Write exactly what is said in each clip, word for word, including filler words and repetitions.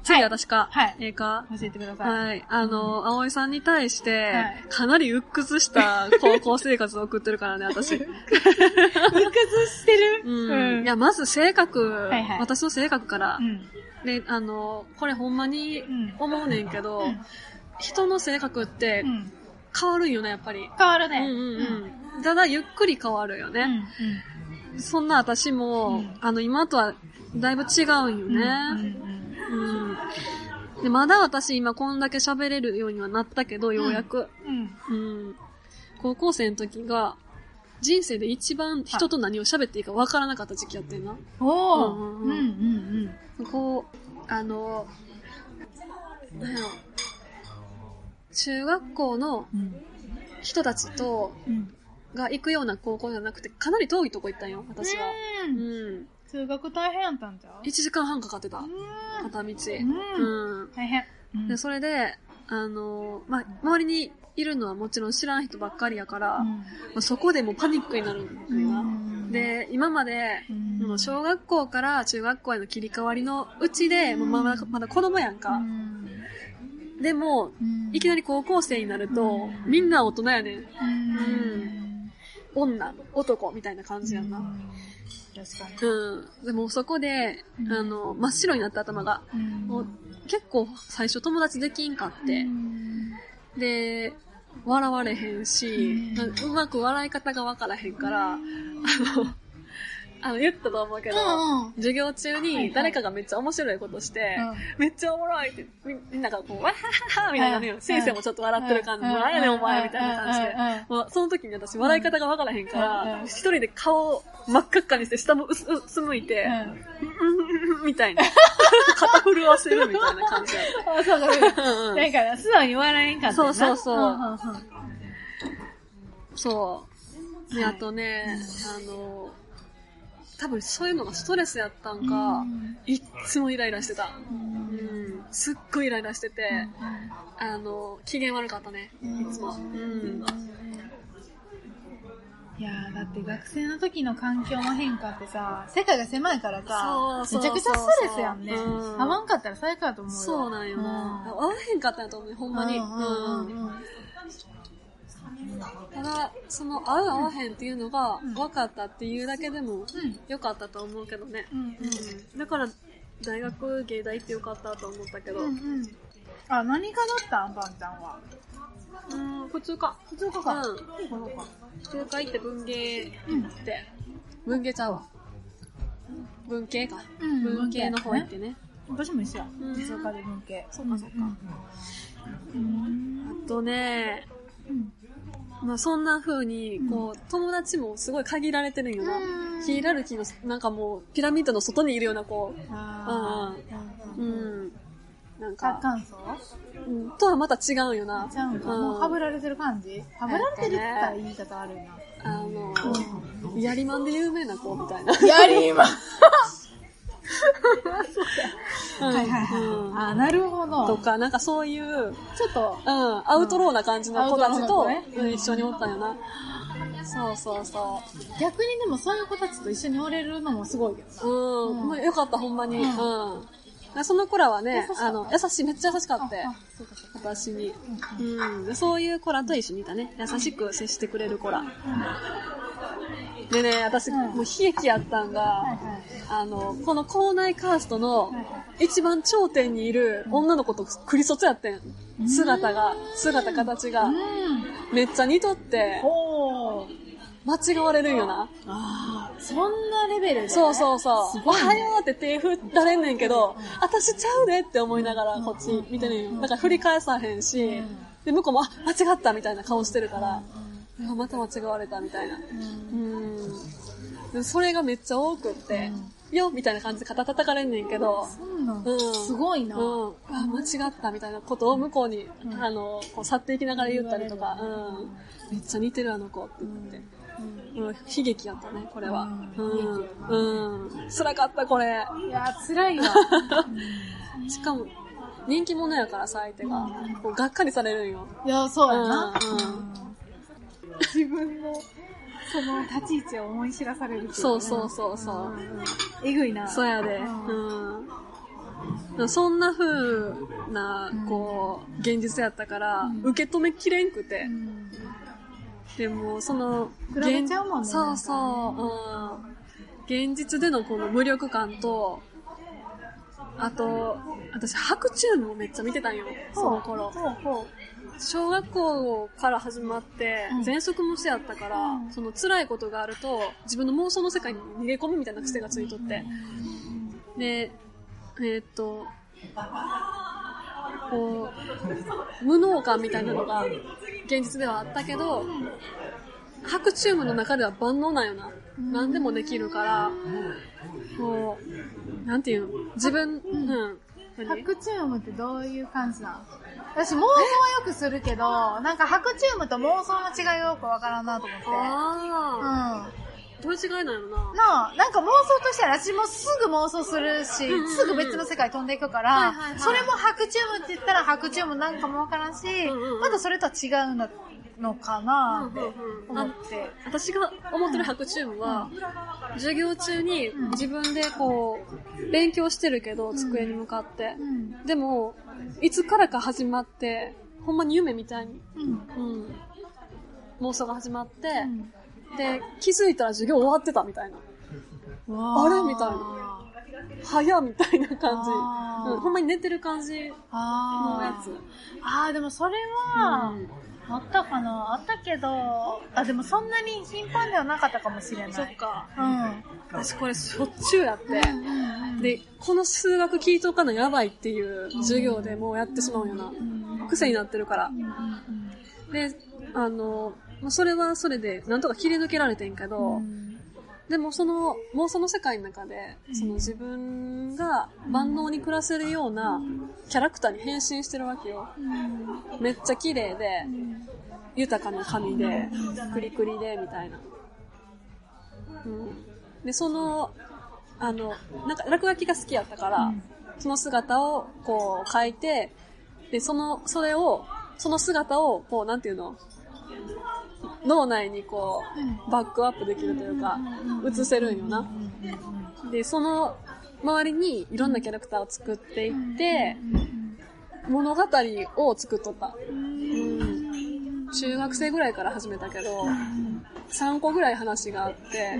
次私か。 はい。 ええか。 教えてください。 はい。あの、葵さんに対して、 はい、 かなり鬱屈した高校生活を送ってるからね、私。鬱屈してる、 うん、うん。いや、まず性格、はいはい、私の性格から、 うん、 で、あの、これほんまに思うねんけど、うん、人の性格って、変わるんよね、やっぱり。 変わるね。 うんうんうん。ただ、ゆっくり変わるよね。うんうん、そんな私も、うん、あの、今とはだいぶ違うんよね。うんうんうんうん、でまだ私今こんだけ喋れるようにはなったけど、ようやく。うんうん、高校生の時が、人生で一番人と何を喋っていいか分からなかった時期やってんな。おー。うんうんうん。うんうん、こう、あの、なんやろ。中学校の人たちと、が行くような高校じゃなくて、かなり遠いとこ行ったんよ、私は。うん。 通学大変やったんちゃう？ いちじかんはんかかってた。片道。うん。うん、 大変、うん。 で、それで、あの、ま、周りにいるのはもちろん知らん人ばっかりやから、うんまあ、そこでもうパニックになるんだよな。うん、で、今まで、うん、小学校から中学校への切り替わりのうちで、もうまだ、まだ子供やんか。うんでも、いきなり高校生になると、みんな大人やねん。うん。女、男みたいな感じやんな。 確かに。 うん。でもそこで、あの、真っ白になった頭が、もう結構最初友達できんかって。で、笑われへんし、うまく笑い方がわからへんから、あの、あの、言ったと思うけど、うんうん、授業中に誰かがめっちゃ面白いことして、はいはい、めっちゃおもろいってみ、みんながこう、わはははみたいなね、はい、先生もちょっと笑ってる感じで、何やねんお前みたいな感じで、もうその時に私笑い方がわからへんから、一人で顔を真っ赤っかにして下もうす、うすむいて、うん、みたいな。肩震わせるみたいな感じだった。 そうそう。だから素直に笑えんかったな。 そうそうそう。そう。で、あとね、あの、多分そういうのがストレスやったんか、うん、いっつもイライラしてた。うん、すっごいイライラしてて、うん、あの、機嫌悪かったね、いつも。うん、 いやー、だって学生の時の環境の変化ってさ、世界が狭いからさ、めちゃくちゃストレスやんね。うん、合わんかったら最悪だと思うよ。 そうなんよな。うん、合わへんかったんやと思うね、ほんまに。うんうんうんただ、その合う合わへんっていうのが分かったっていうだけでも良かったと思うけどね。うんうん、だから大学芸大って良かったと思ったけど。うんうん、 あ、何科だったんばんちゃんは。 うん、普通科。 普通科か。うん。 普通科行って文芸って、うん、文芸ちゃうわ。文系か。うん、文系の方行ってね。 私も一緒や。普通科で文系。 そうかそうか。うん、あとね、うんまあそんな風に、こう、うん、友達もすごい限られてるんよな。ヒエラルキーの、なんかもう、ピラミッドの外にいるような、こう、あうん、うん。なんか、 感想うん、とはまた違うよな。 違うんか。もう、はぶられてる感じはぶられてるって言ったら言い方あるな。 あの、うん、ヤリマンで有名な子みたいな。 ヤリマンはいはいはい。うん、あ、なるほど。 とか、なんかそういう、 ちょっと、 うん、アウトローな感じの子たちと、ねうん、一緒におったんよな。そうそうそう。 逆にでもそういう子たちと一緒におれるのもすごいけどな。うん。うん、まあ、よかった、ほんまに。うん。うん、その子らはね、あの、優しい、めっちゃ優しかった。私に。うん。そういう子らと一緒にいたね。優しく接してくれる子ら。でね、私、もう悲劇やったんが、はいはい、あの、この校内カーストの一番頂点にいる女の子とクリ卒やってん。姿が、姿形が、めっちゃ似とって、間違われるんよな。 ああ、そんなレベルで、ね、 そうそうそう。おはようって手振られんねんけど、私ちゃうでって思いながらこっち見てねんよ。だから振り返さへんし、で、向こうも、あ、間違ったみたいな顔してるから、また間違われたみたいな。うん。うん。それがめっちゃ多くって、うん、よみたいな感じで肩叩かれんねんけど、 そうなんうん。すごいな。 うん。あ、間違ったみたいなことを向こうに、うん、あの、こう去っていきながら言ったりとか、うん。めっちゃ似てるあの子って言って。うん。うん、悲劇やったね、これは。うん。うん。うん。辛かった、これ。 いや、辛いわ。 しかも、人気者やからさ、相手が。こうがっかりされるんよ。 いや、そうやな。 うん。うん自分のその立ち位置を思い知らされるっていう、ね、 そうそうそうそう、うん、 えぐいなそうやで、うん、 そんな風な、こう、現実やったから、受け止めきれんくて。うん、でも、その、 比べちゃうもんね。 そうそう、うん。現実でのこの無力感と、あと、私、白チューブをめっちゃ見てたんよ、その頃。ほうほう小学校から始まって、喘息もしてやったから、うん、その辛いことがあると、自分の妄想の世界に逃げ込むみたいな癖がついとって。で、えー、っと、こう、無能感みたいなのが現実ではあったけど、白チューブの中では万能なんよな。何でもできるから、こう、なんていうの自分、うん。 白チュームってどういう感じなの？私妄想はよくするけど、なんか白チュームと妄想の違いがよくわからんなと思って。 あー。うん。どういう違いなんやろな。 なあ、なんか妄想としては私もすぐ妄想するし、うんうんうん、すぐ別の世界飛んでいくから、はいはいはい、それも白チュームって言ったら白チュームなんかもわからんし、うんうん、まだそれとは違うんだのかなって思って、うんうんうん、 私が思ってる白チュームは、うん、授業中に自分でこう勉強してるけど、うん、机に向かって、うん、でもいつからか始まってほんまに夢みたいに、うんうん、妄想が始まって、うん、で気づいたら授業終わってたみたいな、あれみたいな、早みたいな感じ、うん、ほんまに寝てる感じのやつ。 ああ、でもそれは、うんあったかなあったけど、あ、でもそんなに頻繁ではなかったかもしれない。 そっか。うん。私これしょっちゅうやって。うんうんうん、で、この数学聞いとかのやばいっていう授業でもうやってしまうんよな。うん、癖になってるから。うんうんうん、で、あの、それはそれでなんとか切り抜けられてんけど、うん、でもその妄想の世界の中で、その自分が万能に暮らせるようなキャラクターに変身してるわけよ。うん、めっちゃ綺麗で、うん、豊かな髪で、クリクリで、みたいな。うん、で、その、あの、なんか落書きが好きやったから、うん、その姿をこう描いて、で、その、それを、その姿を、こう、なんていうの脳内にこう、バックアップできるというか、映せるんよな。で、その周りにいろんなキャラクターを作っていって、物語を作っとった。うん、中学生ぐらいから始めたけど、さんこぐらい話があって、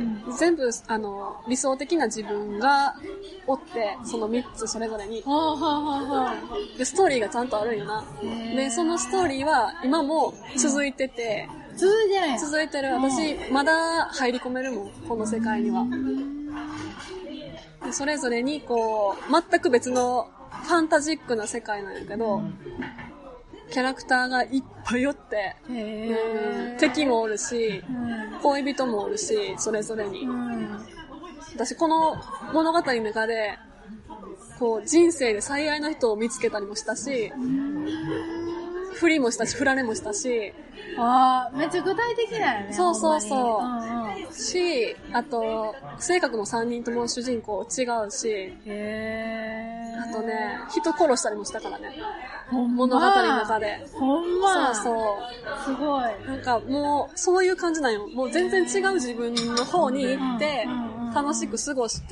全部、あの、理想的な自分がおって、そのみっつそれぞれに。で、ストーリーがちゃんとあるんよな。で、そのストーリーは今も続いてて、 続いてるやん。 続いてる。私、まだ入り込めるもん、この世界には。でそれぞれに、こう、全く別のファンタジックな世界なんやけど、キャラクターがいっぱいおって、うん、敵もおるし、うん、恋人もおるし、それぞれに。うん、私、この物語の中で、こう、人生で最愛の人を見つけたりもしたし、不倫もしたし、振られもしたし、 ああ、めっちゃ具体的だよね。 そうそうそう。うんうん、し、あと、性格もさんにんとも主人公違うし、へー。あとね、人殺したりもしたからね。ほんま物語の中で。 ほんまそうそう。 すごい。 なんかもう、そういう感じなんよ。もう全然違う自分の方に行って、楽しく過ごして、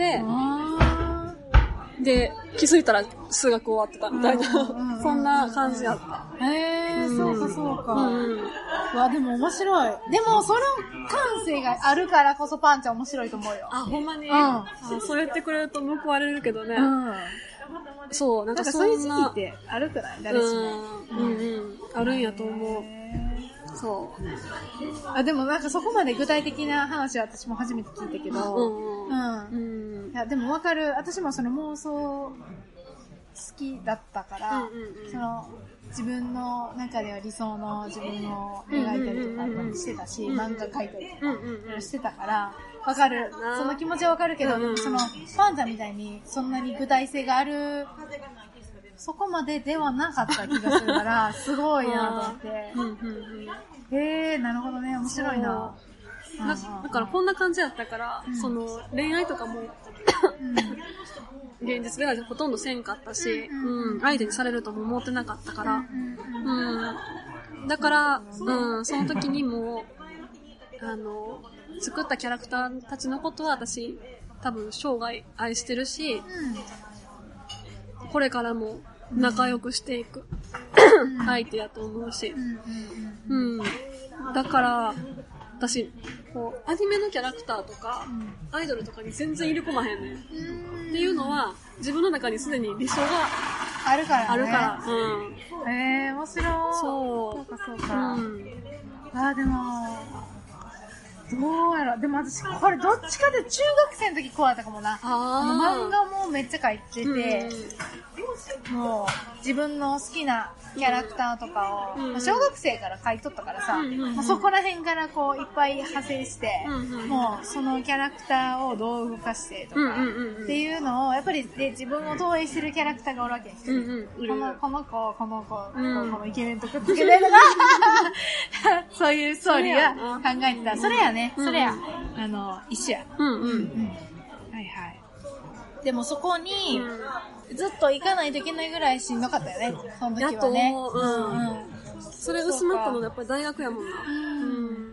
で、気づいたら数学終わってたみたいな、うんうん、そんな感じやった。 へー、うん、そうかそうか。うんうん、わ、でも面白い。でも、その感性があるからこそパンちゃん面白いと思うよ。 あ、ほんまに、うん、あそう言ってくれると報われるけどね。うん、そう、なんかそんな。 なんかそういう時期ってあるくない誰しも。 うん、うん、うん。あるんやと思う。そう。 あ、でもなんかそこまで具体的な話は私も初めて聞いたけど。うん。うん。うん、いや、でもわかる。私もその妄想好きだったから、うんうんうん、その自分の中では理想の自分を描いたりとかしてたし、うんうんうん、漫画描いたりとかしてたから、わかる。その気持ちはわかるけど、うんうん、そのパンちゃんみたいにそんなに具体性がある、そこまでではなかった気がするから、すごいなと思って。うんうんうん、へー、なるほどね、面白いな。 だ, だからこんな感じだったから、うん、その恋愛とかも、うん、現実ではほとんどせんかったし、うんうん、相手にされるとも思ってなかったから、うん、だから、うん、その時にも、あの、作ったキャラクターたちのことは私、多分生涯愛してるし、 これからも仲良くしていく、うん、相手やと思うし。うん。うん、だから、私、こう、アニメのキャラクターとか、うん、アイドルとかに全然入れ込まへんねん。っていうのは、自分の中にすでに理想があるからね。 あるから。 うん。えー、面白い。そう。そうかそうか。うん、あー、でも、どうやろ。でも私、これどっちかで中学生の時こうやったかもな。漫画もめっちゃ描いてて、うん、もう自分の好きなキャラクターとかを、うん、小学生から描いとったからさ、うん、まあ、そこら辺からこういっぱい派生して、うん、もうそのキャラクターをどう動かしてとか、っていうのを、やっぱりで自分を投影してるキャラクターがおるわけですよ。うんうん、この、この子、この子、うん、このイケメンとくっつけてるのが、そういうストーリーが考えてた。それやね、それや、あの、一緒や。うんうん。うん、はいはい。でもそこに、ずっと行かないといけないぐらいしんどかったよね、その時はね。やっと思う。うん。うん、 それ薄まったのがやっぱり大学やもんな。うん。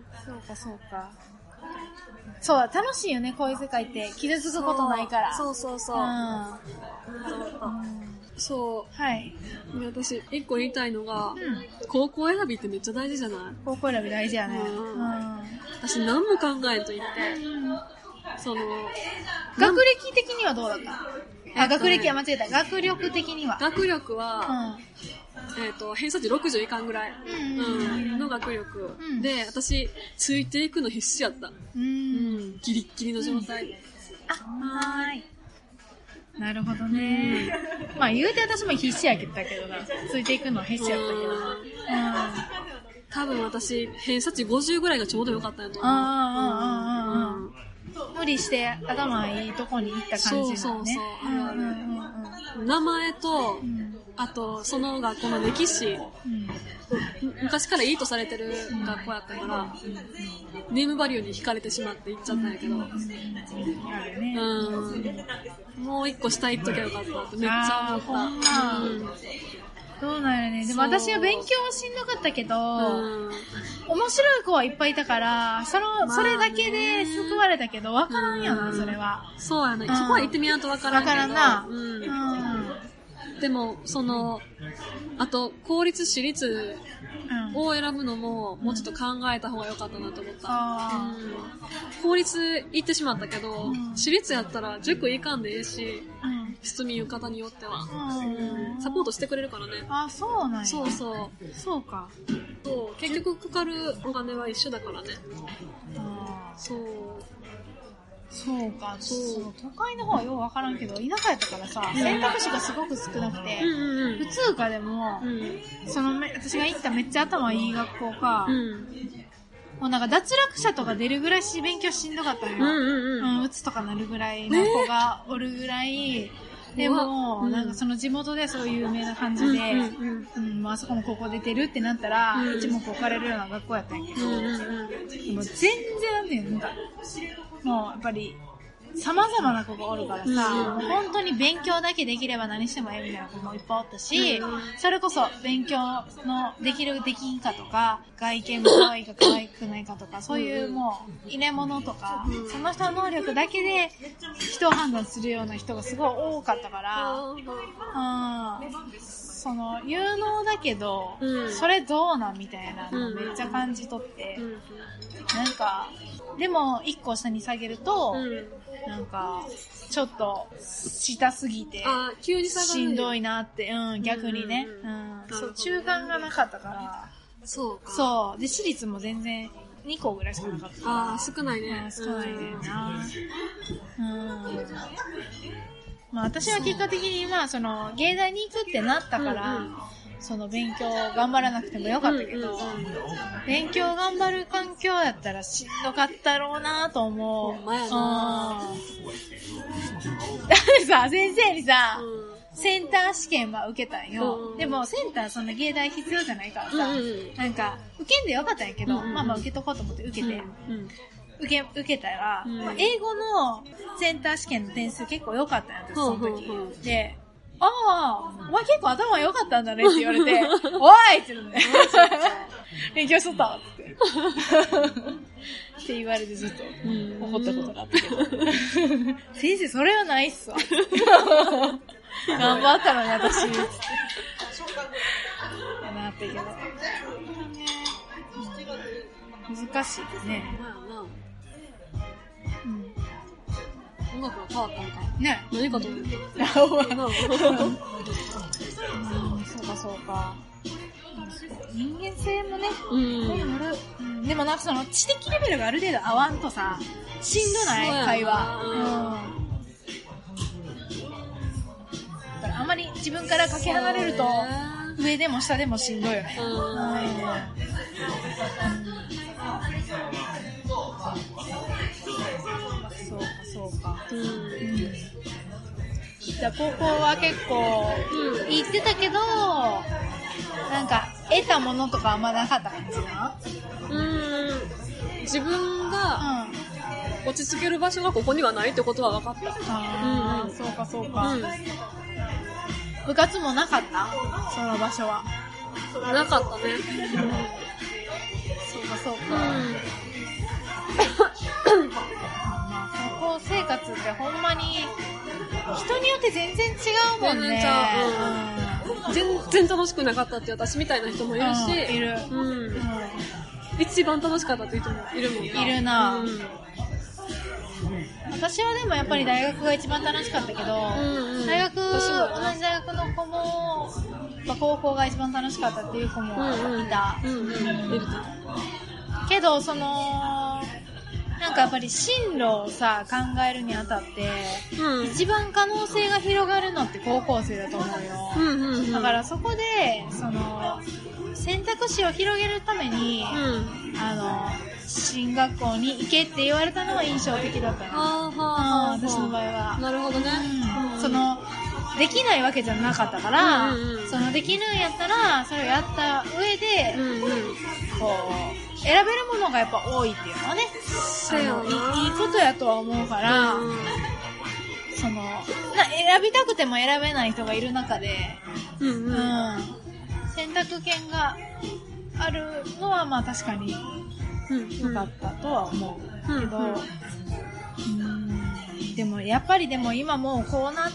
そうかそうか。そうだ、楽しいよね、こういう世界って。傷つくことないから。 そうそうそう。うん。うんそう。はい。私、一個言いたいのが、うん、高校選びってめっちゃ大事じゃない？ 高校選び大事やね。うん。 うん、私何も考えんと言って、うん、その、 学歴的にはどうだった？あ、学歴は間違えた。学力的には。 学力は、うん、えっ、ー、と、偏差値ろくじゅういかんぐらい、うんうん、の学力、うん。で、私、ついていくの必死やった。うん、うん、ギリッギリの状態で。うん、 あ、はーい。なるほどね。まあ言うて私も必死やけどだけどな。ついていくのは必死やったけど。うん。 多分私、偏差値ごじゅうぐらいがちょうどよかったんやと思う。ああ、ああ、ああ。無理して頭いいとこに行った感じだね。そうそうそう。うんうんうん、名前と、うん、あと、その学校の歴史、うん、昔からいいとされてる学校やったから、うん、ネームバリューに惹かれてしまって行っちゃったんやけど、うんうん、もう一個下行っときゃよかったってめっちゃ思った。うん、 そうなんよね。でも私は勉強はしんどかったけど、うん、面白い子はいっぱいいたから、その、まあね、それだけで救われたけど、わからんやな、うん、それは。 そうやな、ね。そこは行ってみやんとわからんけど。 わからんな。うん。 うん、でも、その、あと、公立私立を選ぶのも、もうちょっと考えた方が良かったなと思った。うん、公立行ってしまったけど、うん、私立やったら塾行かんでええし、うん、進みゆ方によっては、うん、サポートしてくれるからね。 あ、そうなんや。 そうそう。 そうか。 そう、結局かかるお金は一緒だからね。あ、そう。 そうか、そう。都会の方はようわからんけど、田舎やったからさ、選択肢がすごく少なくて、うんうんうん、普通科でも、うん、そのめ、私が行っためっちゃ頭いい学校か、うん、もうなんか脱落者とか出るぐらいし勉強しんどかったのよ。うんうんうん。うん、うつとかなるぐらいの子がおるぐらい、でも、うん、なんかその地元でそういう有名な感じで、うんうんうんうん、まあそこも高校出てるってなったら、うん、一目置かれるような学校やったんやけど、うんうんうん、でも全然なんか、もうやっぱり様々な子がおるからさ、うん、もう本当に勉強だけできれば何してもええみたいな子もいっぱいおったし、うん、それこそ勉強のできるできんかとか、外見も可愛いか可愛くないかとか、そういうもう入れ物とか、うん、その人の能力だけで人を判断するような人がすごい多かったから、うん、その有能だけど、うん、それどうなんみたいなのめっちゃ感じ取って、うん、なんかでも一個下に下げると、うんなんか、ちょっと、下すぎて、 急に下がるしんどいなって、うん、逆にね。うん、うん、そう、中間がなかったから。 そうか。 そう。で、私立も全然にこぐらいしかなかったから。 ああ、少ないね。 少ないねんな。うん。まあ私は結果的に、まあその、芸大に行くってなったから、うんうんその勉強頑張らなくてもよかったけど、うんうんうん、勉強頑張る環境やったらしんどかったろうなと思う。ほんまやなだってさ、先生にさ、うん、センター試験は受けたんよ、うん。でもセンターそんな芸大必要じゃないからさ、うんうん、なんか受けんでよかったんやけど、うんうん、まあまあ受けとこうと思って受けて、うんうん受け、受けたら、うんまあ、英語のセンター試験の点数結構良かったんや、私その時。うんうんうん、でああ、お前結構頭良かったんだねって言われて、おいって言うのね。勉強しとったわって。って言われてずっと怒ったことがあったけど。先生、それはないっすわ。 頑張ったのに私、つって。なってけど。難しいですね。 うん。音楽が変わったのか。 ね。 何かと思う。 そうかそうか。人間性もね、 うん、 うん、でもなんかその知的レベルがある程度合わんとさ、しんどない会話。うん。だからあんまり自分からかけ離れると、上でも下でもしんどいよね。うん。そうかそうか。うん。うん、じゃあ高校は結構行ってたけど、なんか得たものとかあんまなかった感じな？ うーん。自分が落ち着ける場所がここにはないってことは分かった。 ああ、うんうん、そうかそうか。うん、部活もなかった？その場所は。 なかったね。うん、 そうかそうか。うん、まあ高校生活ってほんまに人によって全然違うもんね。全然ちゃう。うん、全然楽しくなかったって私みたいな人もいるし、 うん、いる。うんうん、 一番楽しかったって人もいるもんな。 いるな。うん、私はでもやっぱり大学が一番楽しかったけど、うんうん、大学、同じ大学の子も、まあ、高校が一番楽しかったっていう子もいた。うんうんうん、けど、その、なんかやっぱり進路をさ、考えるにあたって、うん、一番可能性が広がるのって高校生だと思うよ。うんうんうん、だからそこで、その、選択肢を広げるために、うん、あの、進学校に行けって言われたのは印象的だったの。あーはーはー、私の場合は。 なるほどね。 うん、その、できないわけじゃなかったから、うんうん、そのできるんやったら、それをやった上で、うんうん、こう、選べるものがやっぱ多いっていうのはね、あの、いいことやとは思うから、うん、その、な、選びたくても選べない人がいる中で、うんうんうん、選択権があるのはまあ確かに良かったとは思うけど、うんうんうん、でもやっぱりでも今もうこうなって、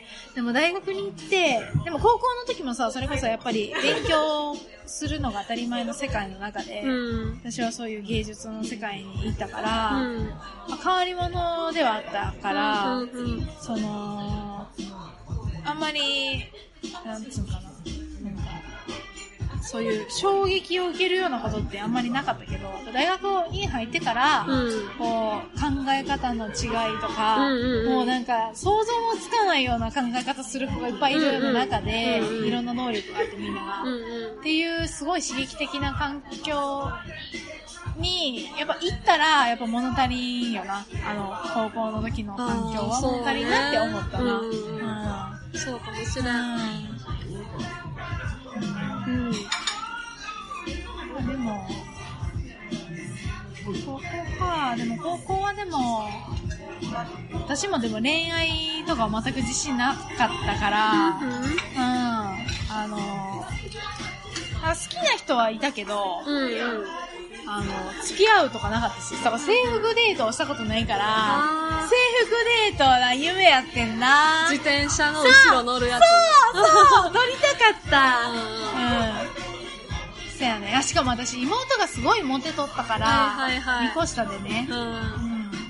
でも大学に行って、でも高校の時もさ、それこそやっぱり勉強するのが当たり前の世界の中で、うん、私はそういう芸術の世界に行ったから、うん、まあ、変わり者ではあったから、うんうんうん、その、あんまり、なんつうかな、なんか、そういう衝撃を受けるようなことってあんまりなかったけど、大学に入ってから、うん、こう、考え方の違いとか、うんうんうん、もうなんか、想像もつかないような考え方する子がいっぱいいる中で、うんうん、いろんな能力があってみんなが、うんうん、っていうすごい刺激的な環境に、やっぱ行ったら、やっぱ物足りんよな。あの、高校の時の環境は物足りんなって思ったな。うんうん、 そうかもしれない。うん。 でも、高校か。でも高校はでも、私もでも恋愛とかは全く自信なかったから、うん、うん、あの、好きな人はいたけど、うんうん、あの、付き合うとかなかったし、だから制服デートをしたことないから、制服デートは夢やってんな。 自転車の後ろ乗るやつ。 そうそう乗りたかった。うん。そやね。しかも私妹がすごいモテとったから、はいはいはい、にこ下でね、うんうん。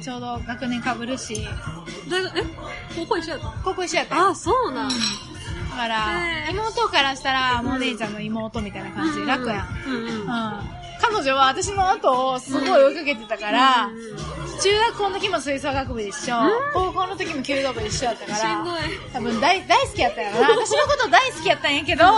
ちょうど学年被るし。 だえ高校一緒やった高校一緒やった。 あ、そうなん。うん、 だから、妹からしたら、もう姉ちゃんの妹みたいな感じで楽やん。うんうんうんうん、彼女は私の後をすごい追いかけてたから、うんうん、中学校の時も吹奏楽部で一緒、うん、高校の時も弓道部で一緒だったから、多分大大好きやったよな。私のこと大好きやったんやけど、うん、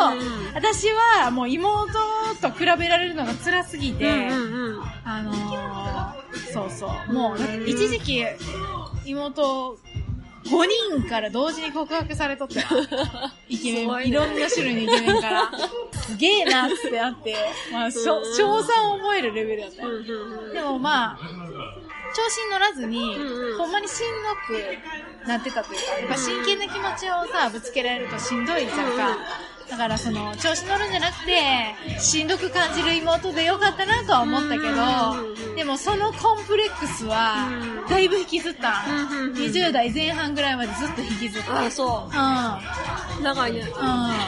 私はもう妹と比べられるのが辛すぎて、うんうんうん、あのー、そうそう、もう一時期妹ごにんから同時に告白されとったよ。イケメン、ね、いろんな種類のイケメンから。すげえなってあって、まあ、賞賛を覚えるレベルだったよ。でもまあ、調子に乗らずに、うんうん、ほんまにしんどくなってたというか、やっぱ真剣な気持ちをさ、ぶつけられるとしんどいじゃんか。だかからその、調子乗るんじゃなくて、しんどく感じる妹でよかったなとは思ったけど、でもそのコンプレックスは、だいぶ引きずった。にじゅう代前半ぐらいまでずっと引きずった。 あ、そう。うん。長いね。うん。で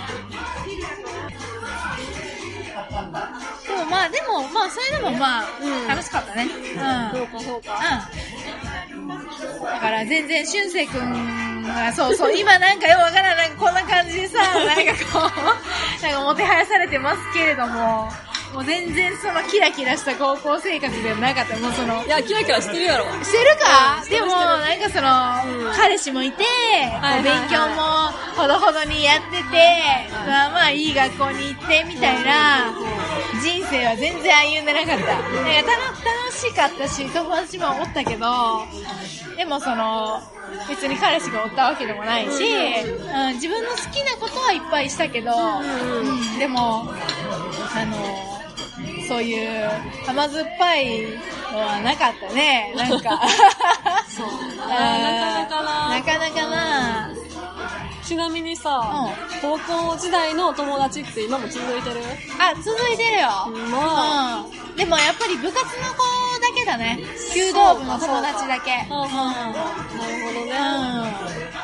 もまあ、でも、まあ、それでもまあ、うん、楽しかったね。うん。 そうか、そうか。 うん。だから全然、俊生くんが、そうそう、今なんかよくわからん、なんかこんな感じでさ、なんかこう、なんかもてはやされてますけれども、もう全然そのキラキラした高校生活ではなかった。もうその。 いや、キラキラしてるやろ。 してるか、うん、でも、なんかその、うん、彼氏もいて、はいはいはい、勉強もほどほどにやってて、まあまあいい学校に行ってみたいな、人生は全然歩んでなかった。なんか楽しかったし、友達もおったけど、でもその、別に彼氏がおったわけでもないし、うん、自分の好きなことはいっぱいしたけど、うん、でも、あの、そういう甘酸っぱいのはなかったね、なんか。 そう。なかなかな。 なかなかな。 ちなみにさ、うん、高校時代の友達って今も続いてる？ あ、続いてるよ。まあ、うん。でもやっぱり部活の子だけだね。弓道部の友達だけ。うん。なるほどね。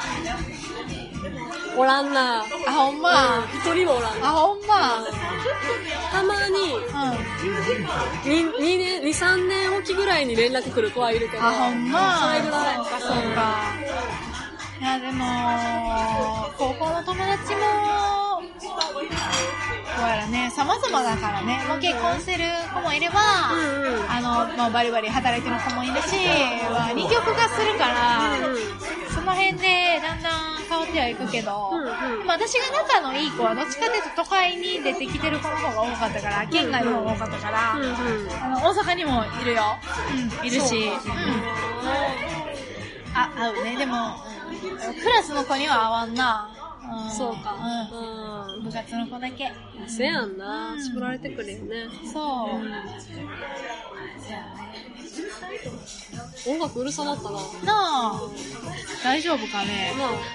うん。おらんな。 あ、ほんま。 一、うん、人もおらんな。 あ、ほんま。 たまに、うん、にねん、に、さんねんおきぐらいに連絡来る子はいるけど。 あ、ほんま。 それぐらい。 そうか、そうか。いや、でも、高校の友達も、どうやらね、様々だからね、もう結婚してる子もいれば、うんうん、あの、まあ、バリバリ働いてる子もいるし、は二極化するから、うんうん、その辺でだんだん変わってはいくけど、うんうん、まあ、私が仲のいい子はどっちかというと都会に出てきてる子の方が多かったから、県外の方が多かったから、うんうん、あの、大阪にもいるよ。うん、いるし、うん。あ、合うね。でも、クラスの子には合わんな。 うん、そうか。 うん。部活の子だけ。 せやんな。絞られてくるよね。 そう。うん、 音楽うるさなったな。なあ。大丈夫かね。なあ。うん。は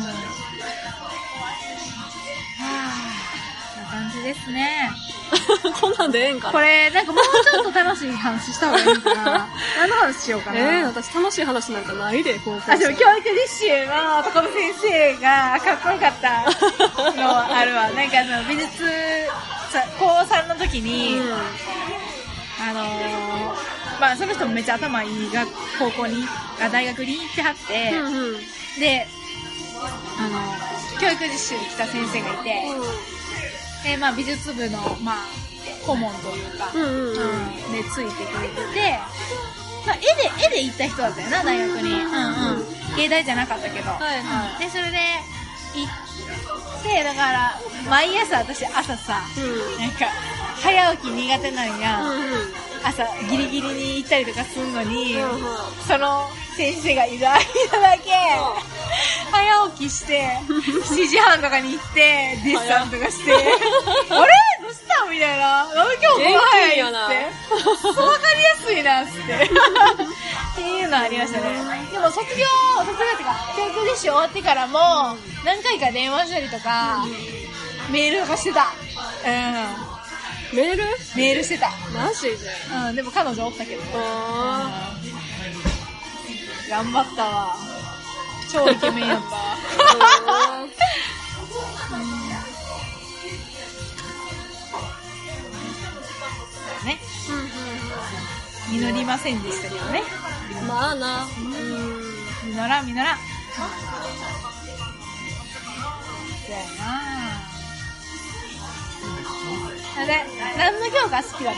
ぁ、こんな感じですね。 こんなんでええんかな。 これ、なんかもうちょっと楽しい話した方がいいかな。何の話しようかな。 えー、私楽しい話なんかないで、高校生。 あ、でも教育実習の男の先生がかっこよかったのあるわ。なんかあの、美術、高さんの時に、うん、あのー、まあその人もめっちゃ頭いいが高校に、あ、大学に行ってはって、うんうん、で、あの、教育実習に来た先生がいて、うんで、まあ美術部の、まあ、顧問というか、うんうんうん、で、ついてくれてて、まあ、絵で、絵で行った人だったよな、大学に。うんうん。芸大じゃなかったけど。はいはい。で、それで、行って、だから、毎朝私朝さ、うん、なんか、早起き苦手なんや、うんうん、朝ギリギリに行ったりとかするのに、うんうん、その先生がいる間だけ、早起きして、しちじはんとかに行って、デッサンとかして、あれどうしたみたいな。なんで今日こんな早いっつって。わかりやすいなっつって。っていうのありましたね。でも卒業、卒業っていうか、教育実習終わってからも、何回か電話したりとか、うん、メールとかしてた。うん。 メールメールしてた。 マジでうん、でも彼女おったけど。頑張ったわ。超イケメンやった。ね。実りませんでしたけどね。 まあな。 うん。実らん、実らん。そうやな。で、何の教科好きだった？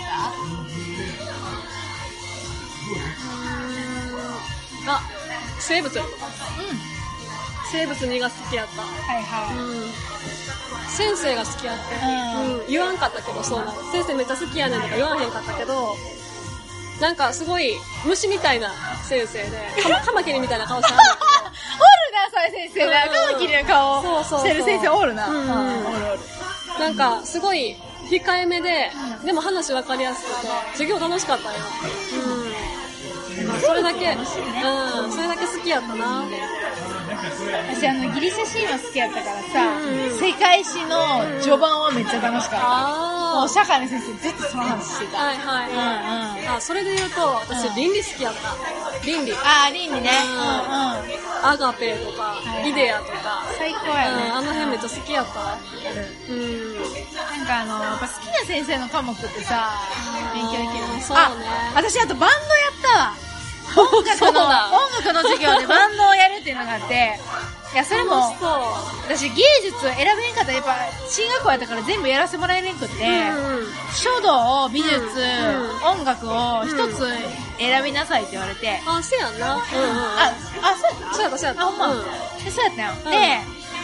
あ、生物。うん。生物にが好きやった。 はいはい。うん。 先生が好きやって。うん。うん、言わんかったけど、そうなの。先生めっちゃ好きやねんとか言わへんかったけど、なんかすごい虫みたいな先生で、カマキリみたいな顔してあるんだけど。 おるな、それ先生な。カマキリの顔してる先生おるな。うん、うん。おるおる。 なんか、すごい、控えめで、うん、でも話分かりやすくて、授業楽しかったよ。うん。まあ、それだけ、うん、それだけ好きやったな。 私あの、ギリシャ神話好きやったからさ、うん、世界史の序盤はめっちゃ楽しかった。もう社会の先生ずっとその話してた。はいはいはい。 うんうん、あ、それで言うと、私倫理好きやった。倫理。 あー、倫理ね。うんうん。 アガペとか、はいはい、イデアとか。 最高やね。 あの辺めっちゃ好きやったわ。 うん。なんかあの、やっぱ好きな先生の科目ってさ、勉強できるね。 そうね。 あ、私あとバンドやったわ。音楽の、音楽の授業でバンドをやるっていうのがあって、いや、それも、私芸術選べんかったらやっぱ、進学校やったから全部やらせてもらえれんくって、うんうん、書道、美術、うん、音楽を一つ選びなさいって言われて。 あ、そうやんな。うんうん、あ、 あ、そうやったそうやった、そうやった。 あ、ほんま。うん、でそうやったよ。うん、で、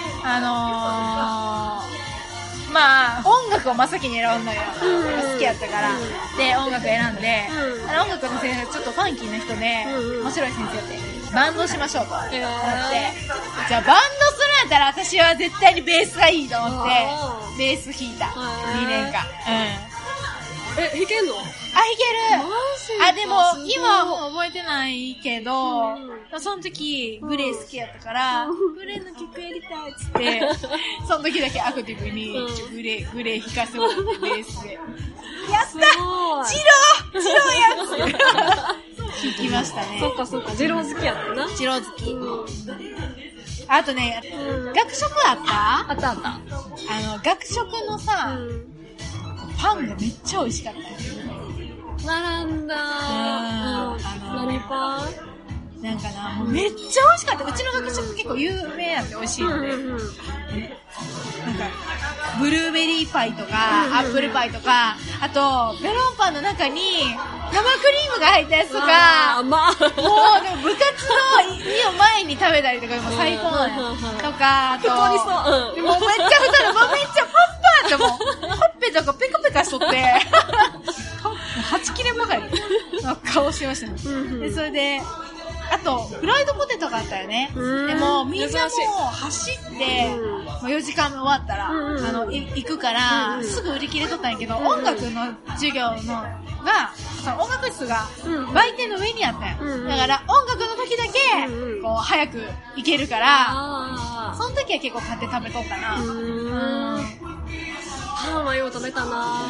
あのー、まあ、音楽を真っ先に選ぶのよ。うん、好きやったから。うん、で、音楽選んで、うん、あの音楽の先生がちょっとファンキーな人で、うん、面白い先生で、バンドしましょうと思って、えー、じゃあバンドするんやったら私は絶対にベースがいいと思って、ベース弾いた。にねんかん。うんえ、弾けんの？あ、 弾ける。あ、でも、今はもう覚えてないけど、うん、その時、グレー好きやったから、うん、グレーの曲やりたいっつって、その時だけアクティブに、うん、グレー、グレー弾かせようって、ベースで。やったジロージローやつ弾きましたね。 そっかそっか、ジロー好きやったな。 ジロー好き。うん、あとね、うん、学食あったあったあった。 あの、学食のさ、うんパンがめっちゃ美味しかった。 並んだー。あの何パンなんかな、もうめっちゃ美味しかった。うちの学食結構有名やって美味しいので。うんうんうん、なんか、ブルーベリーパイとか、うんうん、アップルパイとか、あと、メロンパンの中に生クリームが入ったやつとか、 まあ、 もうでも部活の日を前に食べたりとかも最高なの、うん、とか、あと、 太りそう。 うん、もうめっちゃ太る。もうめっちゃパンパンってもう、ほっぺとかペコペカしとって、はち切ればかりの顔してましたね。うんうん、で、それで、あと、フライドポテトがあったよね。でも、みんなもう走って、うん、もうよじかん終わったら、うんうん、あの、行くから、うんうん、すぐ売り切れとったんやけど、うんうん、音楽の授業の、が、その音楽室が、売店の上にあったんや。うんうん、だから、音楽の時だけ、うんうん、こう、早く行けるから、その時は結構買って食べとったな。うん。 パンはよう食べたな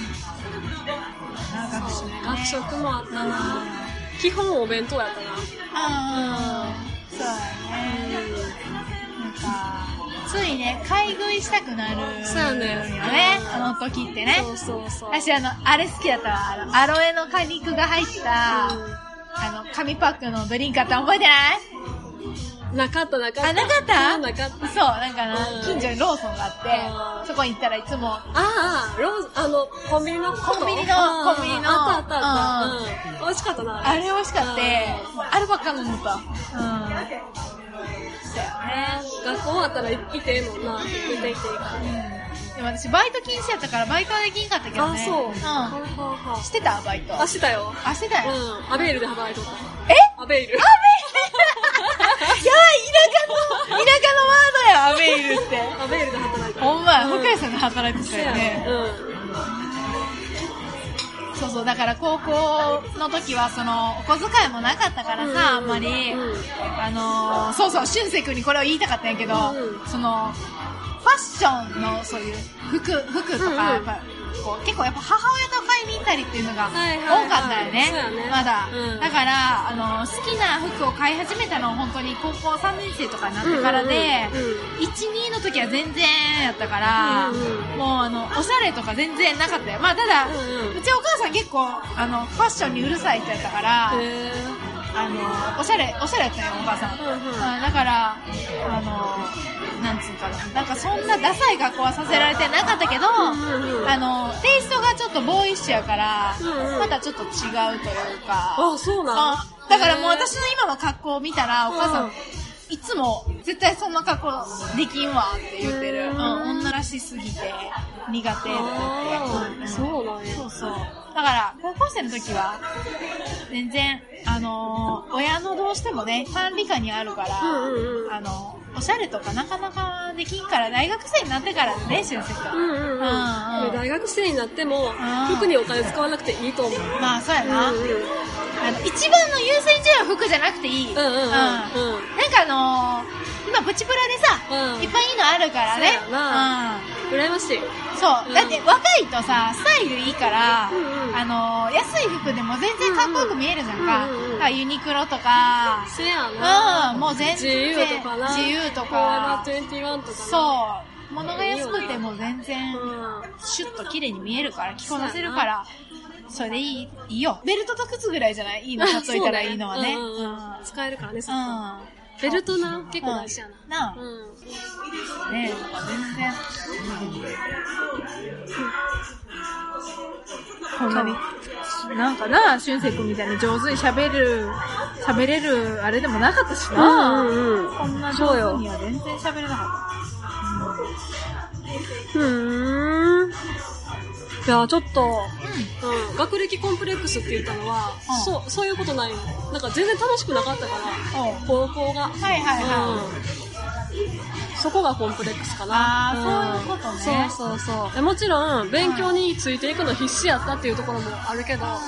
学食、ね、 学食もあったな基本お弁当やったな。 うん。そうやね。なんか、ついね、買い食いしたくなる。 そうやね。 ね。あの時ってね。 そうそうそう。 私あの、あれ好きだったわ。あの、アロエの果肉が入った、うん、あの、紙パックのドリンクあったの覚えてない？ なかったなかった。 あ、なかったなかった。 そう、なんかな、うん、近所にローソンがあって、そこに行ったらいつも。 ああ、ロー、あの、コンビニのコンビニの、コンビニの。 あったあったあった。うん。美味しかったな。 あれ美味しかった。あればっか飲んだ。うん。そうやね。 学校終わったら行ってええもんな。行って行っていいから。 でも私バイト禁止やったからバイトはできんかったけどね。 あ、そう。うん。 してたバイト。 あ、したよ。 あ、してたよ。 うん。アベールで働いとった。 え？ アベール。アベールいや、田舎の、田舎のワードや、アベールって。 アベールで働いてた。 ほんま、北海さんで働いてたよね。 うん。 そうそう、だから高校の時は、その、お小遣いもなかったからさ、あんまり、あの、そうそう、俊介君にこれを言いたかったんやけど、その、ファッションのそういう服、服とか、やっぱ、こう結構やっぱ母親と買いに行ったりっていうのが多かったよね。まだ、うん。だから、あの、好きな服を買い始めたのは本当に高校さんねん生とかになってからで、うんうん、いち、にの時は全然やったから、うんうん、もうあの、おしゃれとか全然なかったよ。まあただ、うんうん、うちお母さん結構、あの、ファッションにうるさい人やったから、あの、おしゃれ、おしゃれやったよ、お母さん。うんうん、だから、あの、なんつうかな。なんかそんなダサい格好はさせられてなかったけど、うんうん、あの、テイストがちょっとボーイッシュやから、うんうん、またちょっと違うというか。 あ、そうなんだからもう私の今の格好を見たら、お母さん、うん、いつも絶対そんな格好できんわって言ってる。うん、女らしすぎて苦手とか言って。そうなんや。 そうそう。だから、高校生の時は、全然、あのー、親のどうしてもね、管理下にあるから、うんうんうん、あの、おしゃれとかなかなかできんから、大学生になってからね、俊介は。うんうんうん。 うんうん、大学生になっても、服にお金使わなくていいと思う。 まあ、そうやな。うんうん、あの、一番の優先順位は服じゃなくていい。うんうんうん。うん、なんかあのー、 今プチプラでさ、うん、いっぱいいいのあるからね。 そうやな、うん、羨ましい。 そう、うん、だって若いとさ、スタイルいいから、うんうん、あのー、安い服でも全然かっこよく見えるじゃんか。うんうんうん、だからユニクロとか、 せやな、 うん、もう全然、 自由とかな、 自由とか、 フォーエバーにじゅういちとか、 そう、物が安くても全然、シュッと綺麗に見えるから、着こなせるから、それでいい、いいよ。ベルトと靴ぐらいじゃない？いいの買っといたらいいのはね。 うんうんうん、使えるからね、そっか。ベルトな、結構大事やな。 なあ。うん。ねえ、全然。こんなに、なんかな、俊介くんみたいに上手に喋る、喋れるあれでもなかったしな。うんうんうん。こんな上手には全然喋れなかった。うん。うーん。いや、ちょっと、うんうん、学歴コンプレックスって言ったのは、うん、そう、そういうことないの。なんか全然楽しくなかったから、うん、高校が。 はいはいはい。 うん、そこがコンプレックスかな。 ああ、うん、そういうことね。 そうそうそう。もちろん、勉強についていくの必死やったっていうところもあるけど、うん、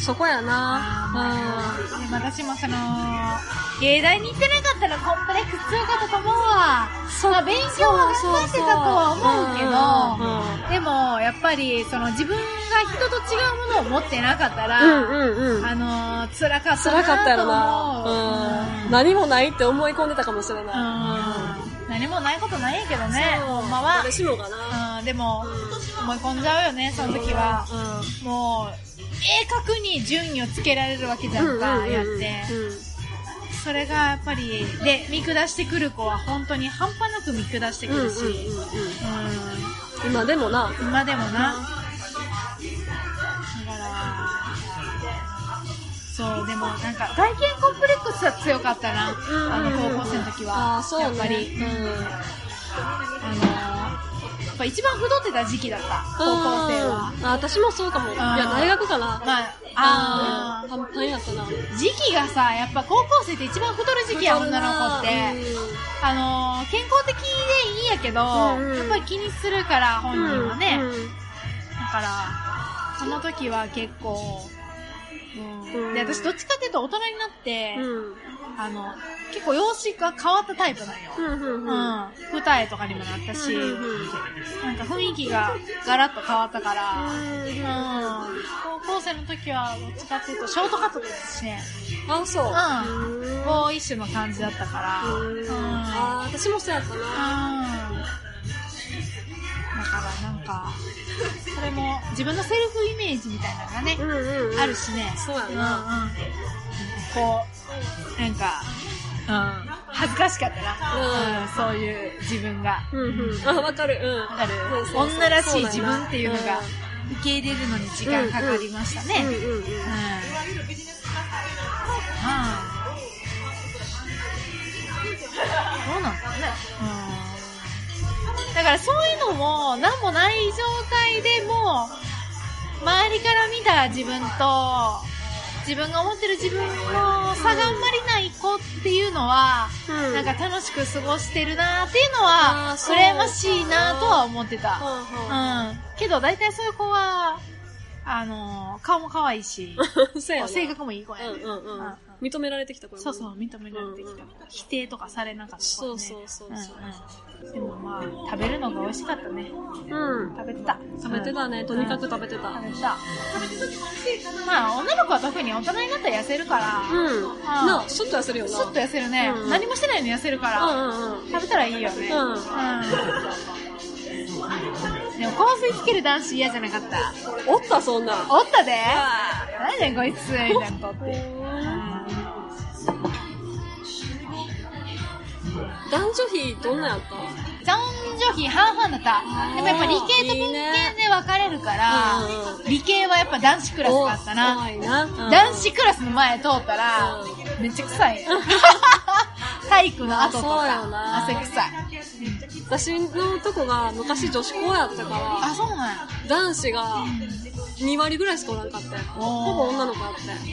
そこやな。 うん。で私もその、芸大に行ってなかったらコンプレックス強かったと思うわ。まあ、勉強は頑張ってたとは思うけど、でも、やっぱり、その自分が人と違うものを持ってなかったら、うんうんうん、あのー、辛かったなと思う。辛かったやろな、 うん。何もないって思い込んでたかもしれない。 うん、何もないことないけどね、ほんまは。 誰しもかな。 うん、でも、思い込んじゃうよね、その時は。うん、もう、明確に順位をつけられるわけじゃんか、うんうんうん、やって。うん、それがやっぱり、で、見下してくる子は本当に半端なく見下してくるし、うんうんうんうん、 今でもな。 今でもな。だから、そう、でもなんか外見コンプレックスは強かったな、うんうん、あの高校生の時は。 あ、そうね、 やっぱり。うん、あのやっぱ一番太ってた時期だった、高校生は。 あ、私もそうかも。いや、大学かな。 まあ、ああ、パンパンやったな。 時期がさ、やっぱ高校生って一番太る時期や、女の子って。あのー、健康的でいいんやけど、うんうん、やっぱり気にするから、本人はね。うんうん、だから、その時は結構、うん、で、私どっちかっていうと大人になって、うん、あの、結構容姿が変わったタイプなんよ。うんうんうんうん、二重とかにもなったし、うんうんうん、なんか雰囲気がガラッと変わったから、うんうん、高校生の時はどっちかっていうとショートカットですしね。 あ、そう。 うん。ボーイッシュの感じだったから。うん。 あ、私もそうやったな。うん。 だからなんか、それも自分のセルフイメージみたいなのがね、うんうんうん、あるしね。 そうやな。うんうん、 こう、なんか、うん、恥ずかしかったな、うんうん、そういう自分が。 うんうん、あ、わかる。うん。わかる。 そうそうそう、女らしい自分っていうのが受け入れるのに時間かかりましたね。うんうん。うんうんうん、あ、そうなんだね。うん。だからそういうのも何もない状態でも周りから見た自分と自分が思ってる自分の差があんまりない子っていうのは、うん、なんか楽しく過ごしてるなーっていうのは羨ましいなとは思ってた。うん。けど大体そういう子はあのー、顔も可愛いし性格もいい子やね、うんうんうんうん、 認められてきた子、ね、 そうそう、認められてきた子、うんうん、否定とかされなかった子、ね、 そうそうそうそう、 うんうん、でもまあ食べるのが美味しかったね。うん、食べてた食べてたね、とにかく食べてた、 うん、食べてた。まあ女の子は特に大人になったら痩せるから、 うん、なあ、スッと痩せるよな。 スッと痩せるね、うん、何もしてないのに痩せるから、うんうんうん、食べたらいいよね。うん、うん、でも香水つける男子嫌じゃなかった？ おった、そんな。 おったで。何だよこいつみたいなとって。 男女比どんなやった？ 男女比半々だった。でもやっぱ理系と文系で分かれるから、いいね、理系はやっぱ男子クラスがあったな。な、うん、男子クラスの前通ったら、うん、めっちゃ臭い。体育の後とか汗臭い。 私のとこが昔女子校やったから、 あ、そうなんや。 男子がに割ぐらいしかおらんかったよ。ほぼ女の子あって。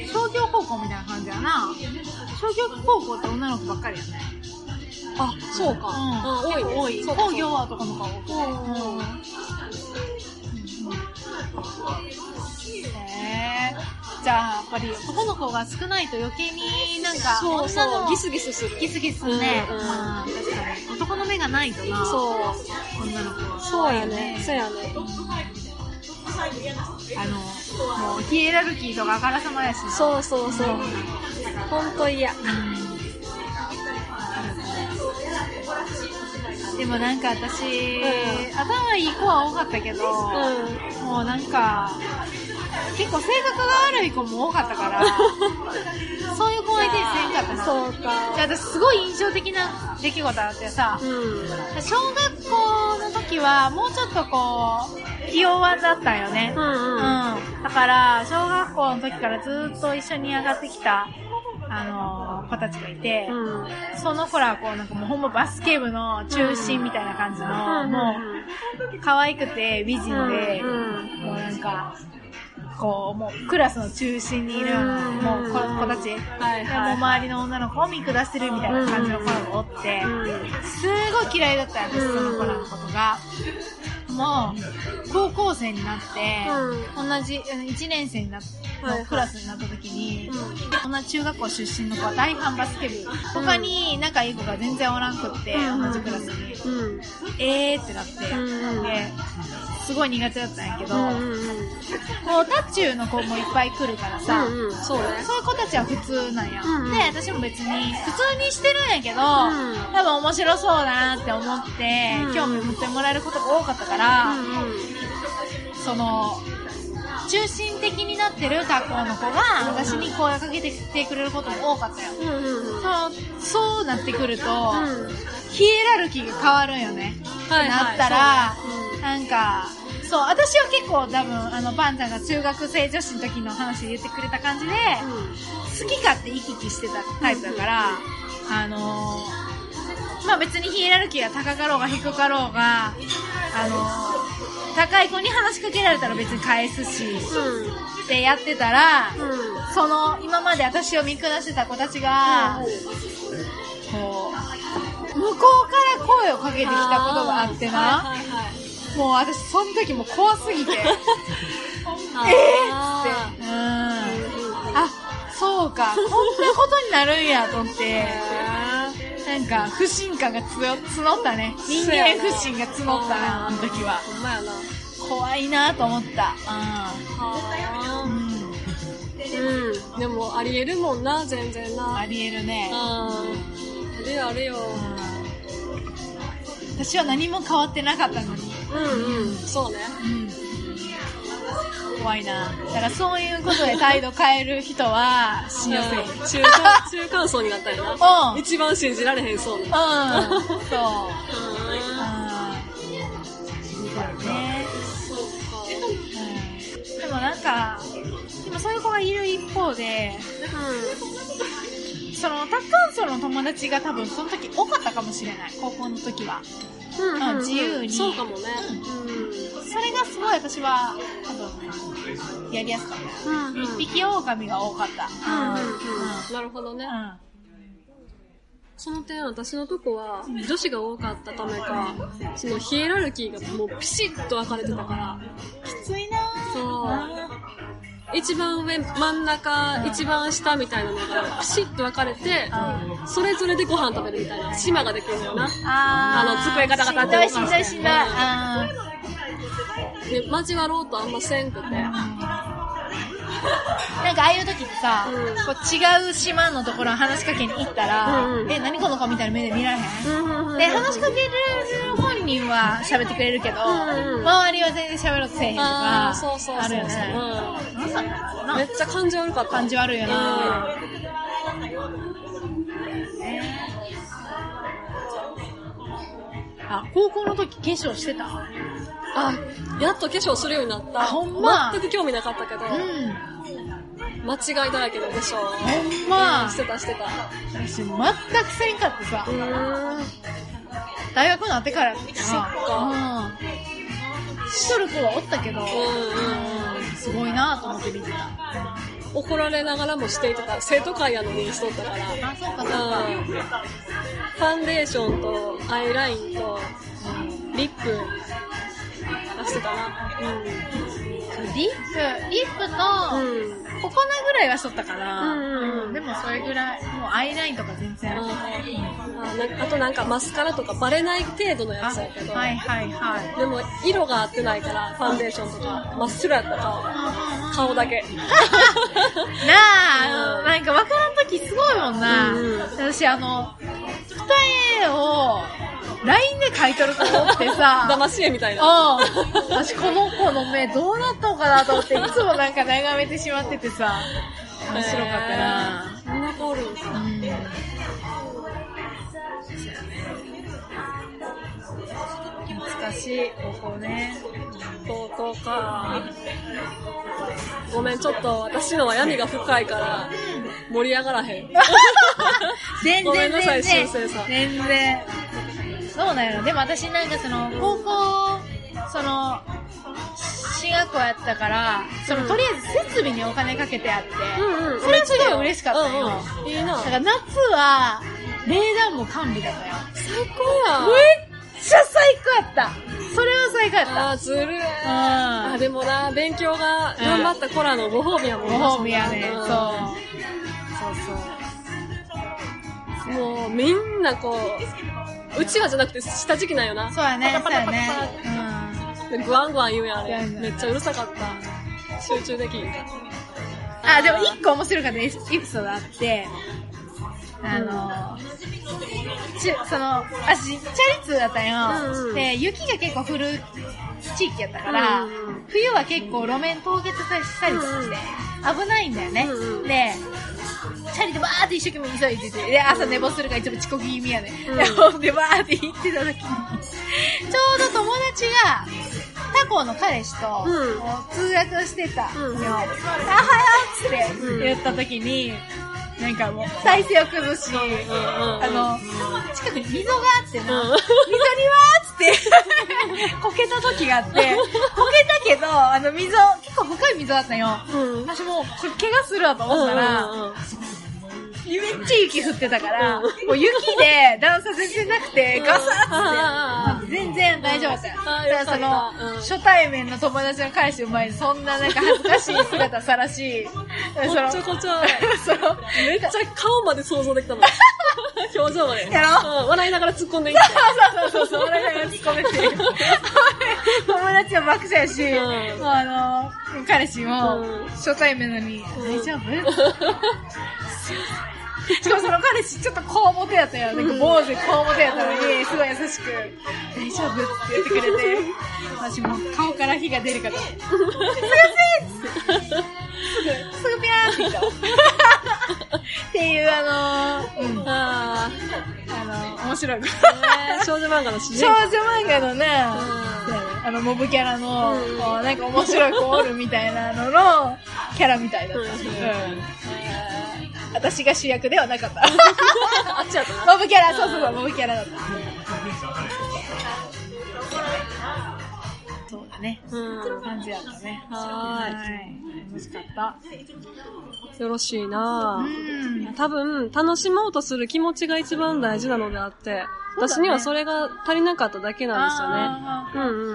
商業高校みたいな感じやな。商業高校って女の子ばっかりやね。 あ、そうか。 うん、多い多い。工業は男の子が多くて。うん。へぇー。 ちゃやっぱり男の子が少ないと余計になんか、 そうそう、ギスギスする。 ギスギスするね。うんうん、まあ、確かに。男の目がないとな。 そう。 女の子は。 そうやね。そうやね。 あの、もうヒエラルキーとかあからさまやし。 そうそうそう。ほんと嫌。 でもなんか私、うん、頭いい子は多かったけど、うん、もうなんか、結構性格が悪い子も多かったから、そういう子相手にせんかったな。 そうか。 で、私すごい印象的な出来事あってさ、うん、小学校の時はもうちょっとこう、気弱だったんよね。うん、うんうん。だから、小学校の時からずっと一緒に上がってきた、あのー、子たちがいて、うん、その子らはこうなんかもうほんまバスケ部の中心みたいな感じの、うん、もう、可愛くて美人で、うん、もうなんか、こう、もうクラスの中心にいるような、もう子たち、はいはい、もう周りの女の子を見下してるみたいな感じの子がおって、すごい嫌いだったよ、私、その子らのことが。もう、高校生になって、うん、同じ、いちねん生になって、はい、クラスになった時に、うん、同じ中学校出身の子は大半バスケ部。うん、他に仲いい子が全然おらんくって、うん、同じクラスに。うん、えーってなって、うん、で、すごい苦手だったんやけど、うんうんうん、もうタッチューの子もいっぱい来るからさ、うんうん、そうね、そういう子たちは普通なんや。うんうん、で、私も別に普通にしてるんやけど、うん、多分面白そうだなって思って、うん、興味持ってもらえることが多かったから、うんうん、その、中心的になってる学校の子が私に声をかけてきてくれることも多かったよ。うんうんうん、そう、そうなってくると、うん、ヒエラルキーが変わるんよね。はい、なったら、ね、なんか、そう、私は結構多分、あの、バンちゃんが中学生女子の時の話で言ってくれた感じで、うん、好き勝手行き来してたタイプだから、うん、あのー、まあ別にヒエラルキーが高かろうが低かろうが、あのー、高い子に話しかけられたら別に返すし、うん、ってやってたら、うん、その、今まで私を見下してた子たちが、うん、こう、向こうから声をかけてきたことがあってな、はいはいはい、もう私その時も怖すぎて、えーって、うん、あ、そうか、こんなことになるんやと思って、なんか不信感が募ったね。人間不信が募ったな、あの時は。ほんまやな。怖いなと思った。 うん。うん。でもありえるもんな、全然な。 ありえるね。 うん。あるよあるよ。 私は何も変わってなかったのに。 うんうん。そうね。うん。 怖いな。だからそういうことで態度変える人は信用せん。 中間、中間層になったよな。うん。一番信じられへんそうな。うん。そう。うん。みたいね。そうか。うん。でもなんか、今そういう子がいる一方で、うん。その、タッカンソの友達が多分その時多かったかもしれない。高校の時は。うんうんうん、自由に。 そうかもね。 うん。それがすごい私は、多分、やりやすかった。うんうん、一匹狼が多かった。うんうんうんうん、なるほどね。うん、その点、私のとこは、女子が多かったためか、そのヒエラルキーがもうピシッと分かれてたから。 きついなぁ。 そう。一番上、真ん中、一番下みたいなのがピシッと分かれて、それぞれでご飯食べるみたいな島ができるんだよな。ああの、机ガタガタって。 しんどいしんどいしんどい。 で、交わろうとあんませんくて。 なんかああいう時ってさ、うん、こう違う島のところに話しかけに行ったら、うんうん、え、何この子みたいな目で見られへん、うんうん、で、話しかける本人は喋ってくれるけど、うんうん、周りは全然喋ろうとせえへんとか、 あ, そうそうそうあるよね。 うん、なんめっちゃ感じ悪かった。 感じ悪いよな、うんね、あ、高校の時化粧してた？ あ、やっと化粧するようになった。 ほんま。 全く興味なかったけど、うん、間違いだらけの化粧。 ほんま、 うん、してたしてた。 私全くせんかってさ、うーん、大学になってからやったかそっか、 うん、しとる子はおったけど、うんうんうん、すごいなと思って見てた。 怒られながらもしていてた。生徒会やのにしとったから。 あ、そうかそうか、うん、 ファンデーションとアイラインとリップしてたな。うん。 リップ、リップと、うん、ココナぐらいはしとったかな。うんうんうん、でもそれぐらい、もうアイラインとか全然。あ, あ, なんかあとなんかマスカラとかバレない程度のやつだけど。 はいはいはい。 でも色が合ってないから、ファンデーションとか、真っ白やった顔。顔だけ。 なあ、うん、なんかわからんときすごいもんな。うんうん、私あの、二重を、ライン で描いとると思ってさ。 騙し絵みたいな。 うん。私この子の目どうなったのかなと思って、いつもなんか眺めてしまっててさ。面白かったな。 そんな子おるんですか。うん。 懐かしい、高校ね。 高校か。ごめん、ちょっと私のは闇が深いから、盛り上がらへん。 全然ごめんなさい、 全修正さん。 全然。そうなんやろ。でも私なんかその、高校、その、進学校やったから、その、うん、とりあえず設備にお金かけてあって、うんうん、それはすごい嬉しかったよ。 うんうん、いいな。 だから夏は、冷暖も完備だったよ。 最高や。 めっちゃ最高やった。それは最高やった。 あー、ずるい。あー、でもな、勉強が頑張った子らのご褒美やもんね。 ご褒美やね、うん、そう。そうそう。もう、みんなこう、うちわじゃなくて下敷きなんよな。 そうやね、 パタパタパタそうやね。うん。グワングワン言うやん、あれ。めっちゃうるさかった。集中できん。 あ、でも一個面白かったエピソードあって、あの、うん、ち、その、私、チャリ通だったよ、うんうん。で、雪が結構降る地域やったから、うんうん、冬は結構路面凍結したりとかして、危ないんだよね。うんうん、で、チャリでバーって一生懸命急いでて、で、朝寝坊するからいつも遅刻気味やね。うん、で、バーって行ってた時に、ちょうど友達が、他校の彼氏と、うん、通学してたのよ。うん、あはやって言った時に、なんかもう、体勢を崩し、うん、あの、近くに溝があってな、うん、溝にわーって、こけた時があって、こけたけど、あの溝、結構深い溝だったよ。うん、私もう、これ怪我するわと思ったら、うんうんうん、めっちゃ雪降ってたから、うん、もう雪で段差全然なくて、ガサッって、全然大丈夫だったよ。だからその、うん、初対面の友達の彼氏の前にそんななんか恥ずかしい姿さらし、 こっちょこちょい。めっちゃ顔まで想像できたの。表情まで。 やろ、 うん、笑いながら突っ込んでいって。 そうそうそうそう、笑いながら突っ込んでって。友達は爆笑やし、うん、もうあの、彼氏も初対面なのに、うん、大丈夫しかもその彼氏ちょっとこうもてやったよ。なんか坊主こうもてやったのに、すごい優しく、大丈夫って言ってくれて、私も顔から火が出るかと。すいませんすぐ、すぐピャーって言った。っていうあのー、うん。ああの、面白い。 少女漫画の主人公。少女漫画のね、あの、モブキャラの、うん、なんか面白い子おるみたいなのの、キャラみたいだった。うんうん、私が主役ではなかった。 あっちだったな。 モブキャラ、そうそうそう、モブキャラだった。そうだね。うん。感じだったね。 はーい。 はい。楽しかった。 よろしいなぁ。うん。多分、楽しもうとする気持ちが一番大事なのであって、ね、私にはそれが足りなかっただけなんですよね。うんうん。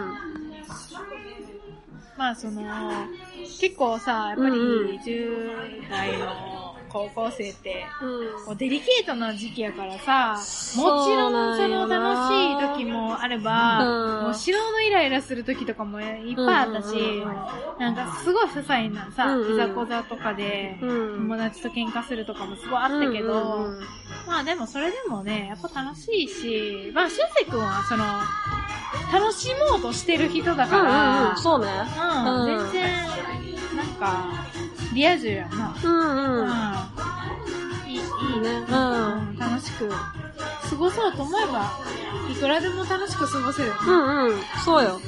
まあ、その、結構さ、やっぱりじゅう代の高校生って、うん、こうデリケートな時期やからさ、もちろんその楽しい時もあれば、うん、もう死ぬほどイライラする時とかもいっぱいあったし、うん、なんかすごい些細なさ、うん、いざこざとかで、うん、友達と喧嘩するとかもすごいあったけど、うんうんうん、まあでもそれでもね、やっぱ楽しいし、まあしゅうせいくんはその、楽しもうとしてる人だから、 うんうん、そうね。 うん、全然、なんか、リア充やな。 うんうん。うん、 いい、いいね。うん。楽しく過ごそうと思えば、いくらでも楽しく過ごせる。 うんうん。そうよ。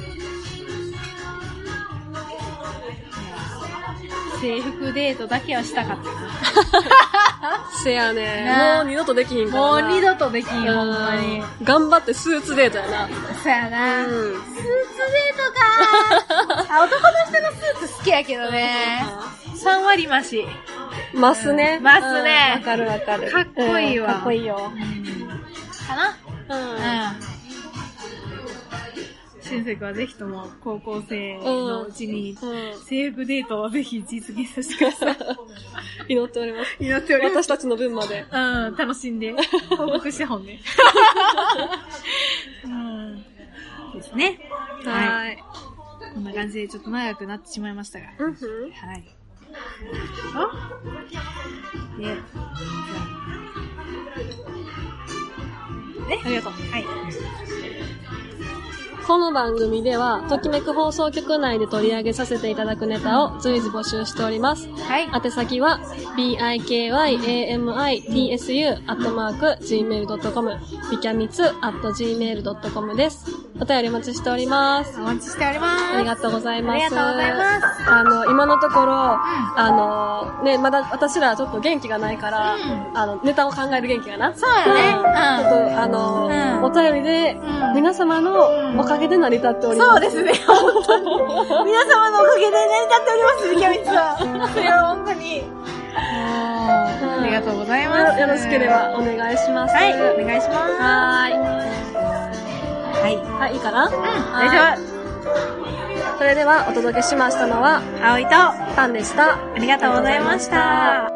制服デートだけはしたかったな。 せやね。もう二度とできひんからな。 もう二度とできひん、ほんまに。 頑張ってスーツデートやな。 そやな。うん、スーツデートかー。あ、男の人のスーツ好きやけどね。さん割増し。 増すね。 増すね。 わかるわかる。 かっこいいわ。 かっこいいよ。 かな。うん。うん。 しゅんせいくんはぜひとも高校生のうちに、制服デートをぜひ実現させてください。 祈っております。 祈っております。 私たちの分まで。 うん、楽しんで、報告してほんね。うん。ですね。はい。こんな感じでちょっと長くなってしまいましたが。 うん、はい。 あで、ね、ありがとう。はい。 この番組では、ときめく放送局内で取り上げさせていただくネタを随時募集しております。 はい。 宛先は、ビーアイケーワイエーエムアイティーエスユー アットマーク ジーメールドットコム ビキャミツ アット ジーメールドットコム です。お便りお待ちしております。 お待ちしております。 ありがとうございます。 ありがとうございます。 あの、今のところ、うん、あの、ね、まだ私らちょっと元気がないから、うん、あの、ネタを考える元気がな。 そうやね。うん、ちょっと、あの、うん、お便りで、うん、皆様のおかげで成り立っております。 そうですね、本当に。皆様のおかげで成り立っております、ビキャミツは。それは本当に。ありがとうございます。 よろしければお願いします。 はい、お願いします。 はーい。 はい。 はい、いいかな？うん、 大丈夫。 それではお届けしましたのは、 葵とパンでした。 ありがとうございました。